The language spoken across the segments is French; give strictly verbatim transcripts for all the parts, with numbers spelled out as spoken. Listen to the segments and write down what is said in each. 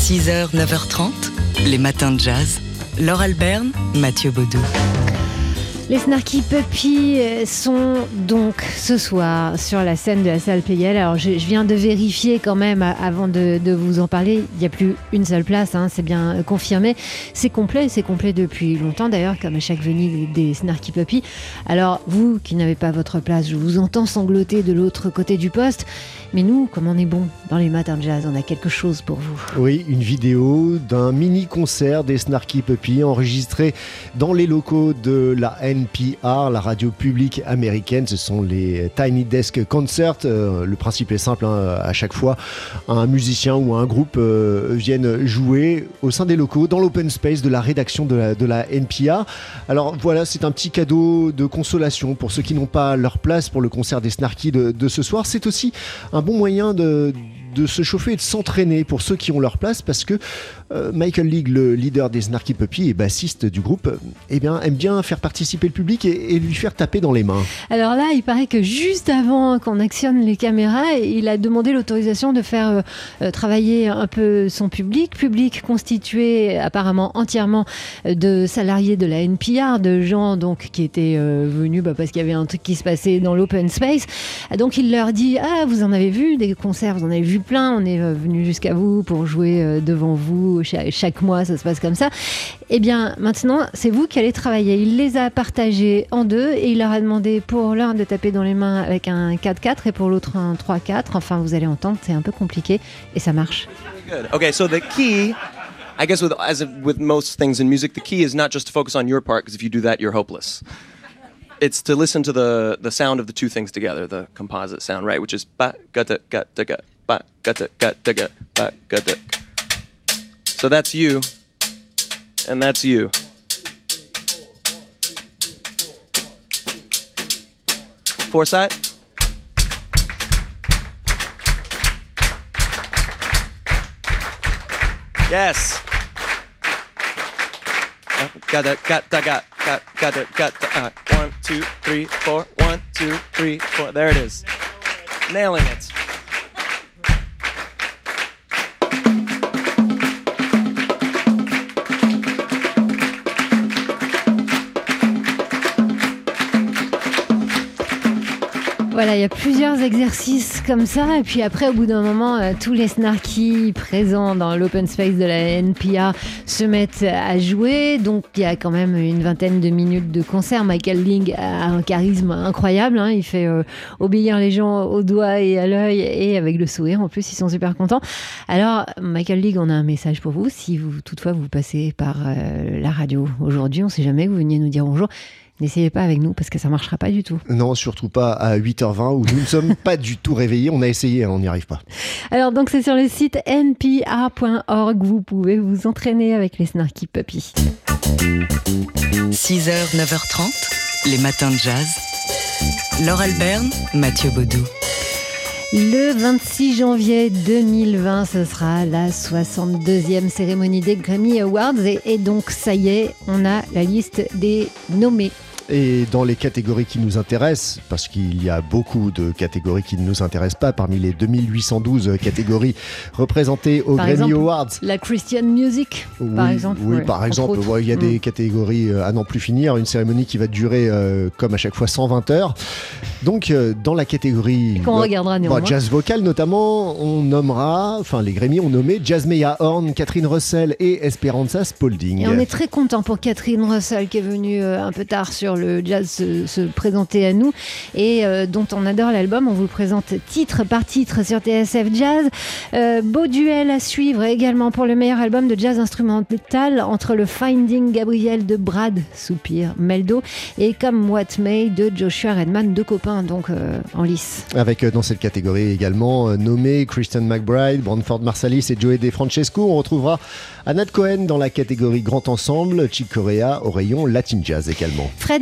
six heures, neuf heures trente, les matins de jazz. Laure Alberne, Mathieu Baudou. Les Snarky Puppy sont donc ce soir sur la scène de la salle Pleyel. Alors je, je viens de vérifier quand même avant de, de vous en parler. Il n'y a plus une seule place, hein, c'est bien confirmé. C'est complet, c'est complet depuis longtemps d'ailleurs, comme à chaque venue des Snarky Puppy. Alors vous qui n'avez pas votre place, je vous entends sangloter de l'autre côté du poste. Mais nous, comme on est bon dans les matins de jazz, on a quelque chose pour vous. Oui, une vidéo d'un mini-concert des Snarky Puppy enregistré dans les locaux de la N P R, la radio publique américaine. Ce sont les Tiny Desk Concerts. Euh, le principe est simple, hein, à chaque fois, un musicien ou un groupe euh, viennent jouer au sein des locaux, dans l'open space de la rédaction de la, de la N P R. Alors voilà, c'est un petit cadeau de consolation pour ceux qui n'ont pas leur place pour le concert des Snarky de, de ce soir. C'est aussi un bon moyen de, de se chauffer et de s'entraîner pour ceux qui ont leur place, parce que euh, Michael League, le leader des Snarky Puppy et bassiste du groupe, eh bien, aime bien faire participer le public et, et lui faire taper dans les mains. Alors là, il paraît que juste avant qu'on actionne les caméras, il a demandé l'autorisation de faire euh, travailler un peu son public, public constitué apparemment entièrement de salariés de la N P R, de gens donc qui étaient euh, venus bah, parce qu'il y avait un truc qui se passait dans l'open space. Donc il leur dit: ah, vous en avez vu des concerts, vous en avez vu plein, on est euh, venu jusqu'à vous pour jouer euh, devant vous, chaque, chaque mois ça se passe comme ça. Eh bien maintenant c'est vous qui allez travailler. Il les a partagés en deux et il leur a demandé pour l'un de taper dans les mains avec un quatre quatre et pour l'autre un trois quatre. Enfin vous allez entendre, c'est un peu compliqué et ça marche. Good. Okay, so the key, I guess with as with most things in music, the key is not just to focus on your part, because if you do that you're hopeless. It's to listen to the the sound of the two things together, the composite sound, right? Which is ba ga da ga da ga ba ga da ga da ga ba ga da. So that's you, and that's you. Four side. Yes. Got da got da got got got da got da. One, two, three, four. One, two, three, four. There it is. Nailing it. Voilà, il y a plusieurs exercices comme ça et puis après au bout d'un moment euh, tous les Snarky présents dans l'open space de la N P R se mettent à jouer. Donc il y a quand même une vingtaine de minutes de concert. Michael League a un charisme incroyable, hein. Il fait euh, obéir les gens au doigt et à l'œil et avec le sourire en plus, ils sont super contents. Alors Michael League, on a un message pour vous. Si vous toutefois vous passez par euh, la radio aujourd'hui, on ne sait jamais que vous veniez nous dire bonjour. N'essayez pas avec nous parce que ça ne marchera pas du tout. Non, surtout pas à huit heures vingt où nous ne sommes pas du tout réveillés. On a essayé, hein, on n'y arrive pas. Alors donc c'est sur le site n p r point org. Vous pouvez vous entraîner avec les Snarky Puppy. six heures, neuf heures trente, les matins de jazz. Laure Alberne, Mathieu Baudou. Le vingt-six janvier deux mille vingt, ce sera la soixante-deuxième cérémonie des Grammy Awards et, et donc ça y est, on a la liste des nommés. Et dans les catégories qui nous intéressent, parce qu'il y a beaucoup de catégories qui ne nous intéressent pas, parmi les deux mille huit cent douze catégories représentées aux par Grammy exemple, Awards. La Christian Music, oui, par exemple. Oui, ouais, par exemple, ouais, il y a mmh. des catégories à n'en plus finir, une cérémonie qui va durer, euh, comme à chaque fois, cent vingt heures. Donc, euh, dans la catégorie qu'on regardera néanmoins. Bah, jazz vocal notamment, on nommera, enfin les Grammy ont nommé Jazzmeya Horn, Catherine Russell et Esperanza Spalding. Et on est très content pour Catherine Russell qui est venue euh, un peu tard sur le jazz se, se présenter à nous et euh, dont on adore l'album. On vous le présente titre par titre sur T S F Jazz. Euh, beau duel à suivre également pour le meilleur album de jazz instrumental entre le Finding Gabriel de Brad Soupir Meldo et Come What May de Joshua Redman, deux copains donc euh, en lice. Avec euh, dans cette catégorie également euh, nommé Christian McBride, Branford Marsalis et Joey DeFrancesco. On retrouvera Anat Cohen dans la catégorie Grand Ensemble, Chick Corea au rayon Latin Jazz également. Fred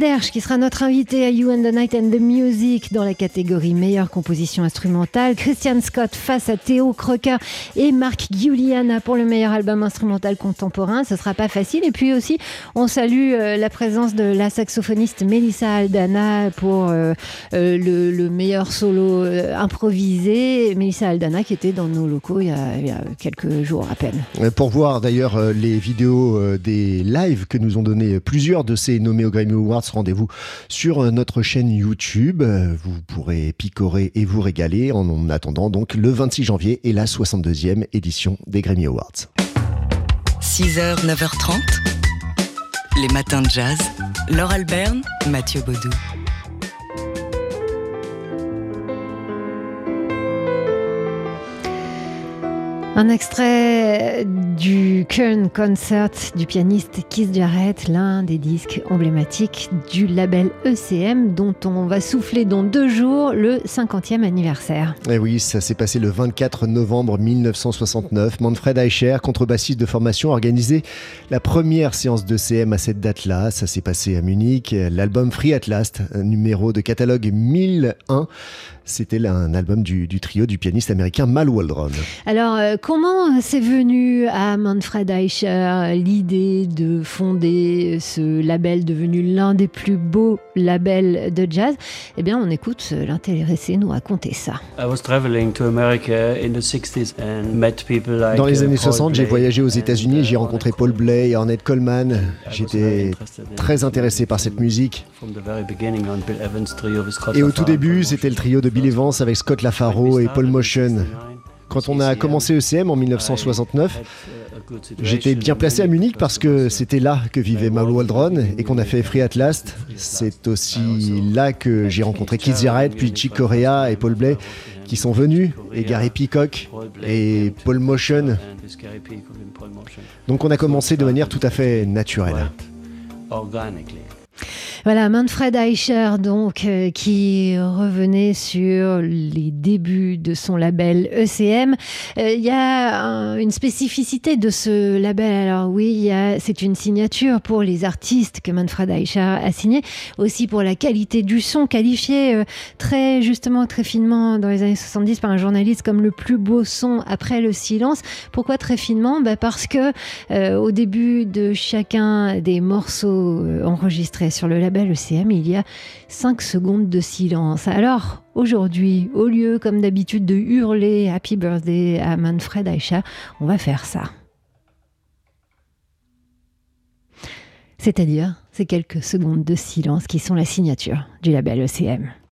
Dersch qui sera notre invité à You and the Night and the Music dans la catégorie meilleure composition instrumentale. Christian Scott face à Theo Crocker et Mark Guiliana pour le meilleur album instrumental contemporain. Ce sera pas facile. Et puis aussi, on salue euh, la présence de la saxophoniste Melissa Aldana pour euh, euh, le, le meilleur solo euh, improvisé. Melissa Aldana qui était dans nos locaux il y a, il y a quelques jours à peine. Pour voir d'ailleurs euh, les vidéos euh, des lives que nous ont donné plusieurs de ces nommés aux Grammy Awards, rendez-vous sur euh, notre chaîne YouTube. Euh, vous pourrez picorer et vous régaler en, en attendant donc le vingt-six janvier et la soixante-deuxième édition des Grammy Awards. six heures, neuf heures trente, les matins de jazz. Laure Alberne, Mathieu Baudou. Un extrait du Kern Concert du pianiste Keith Jarrett, l'un des disques emblématiques du label E C M dont on va souffler dans deux jours le cinquantième anniversaire. Et oui, ça s'est passé le vingt-quatre novembre mille neuf cent soixante-neuf. Manfred Eicher, contrebassiste de formation, a organisé la première séance d'E C M à cette date-là. Ça s'est passé à Munich. L'album Free at Last, un numéro de catalogue mille un. C'était là un album du, du trio du pianiste américain Mal Waldron. Alors, euh, comment c'est venu à Manfred Eicher l'idée de fonder ce label devenu l'un des plus beaux labels de jazz? Eh bien, on écoute l'intéressé nous raconter ça. Dans les années soixante, j'ai voyagé aux États-Unis, j'ai rencontré Paul Bley et Ornette Coleman. J'étais très intéressé par cette musique. Et au tout début, c'était le trio de Bill Evans avec Scott LaFaro et Paul Motion. Quand on a commencé E C M en mille neuf cent soixante-neuf, j'étais bien placé à Munich parce que c'était là que vivait Mal Waldron et qu'on a fait Free at Last. C'est aussi là que j'ai rencontré Keith Jarrett, puis Chick Corea et Paul Bley qui sont venus, et Gary Peacock et Paul Motion. Donc on a commencé de manière tout à fait naturelle. Voilà, Manfred Eicher, donc, euh, qui revenait sur les débuts de son label E C M. Il euh, y a un, une spécificité de ce label. Alors oui, y a, c'est une signature pour les artistes que Manfred Eicher a signé, aussi pour la qualité du son, qualifié euh, très justement, très finement dans les années soixante-dix par un journaliste comme le plus beau son après le silence. Pourquoi très finement? Bah parce que euh, au début de chacun des morceaux euh, enregistrés sur le label E C M, il y a cinq secondes de silence. Alors, aujourd'hui, au lieu, comme d'habitude, de hurler Happy Birthday à Manfred Eicher, on va faire ça. C'est-à-dire ces quelques secondes de silence qui sont la signature du label E C M.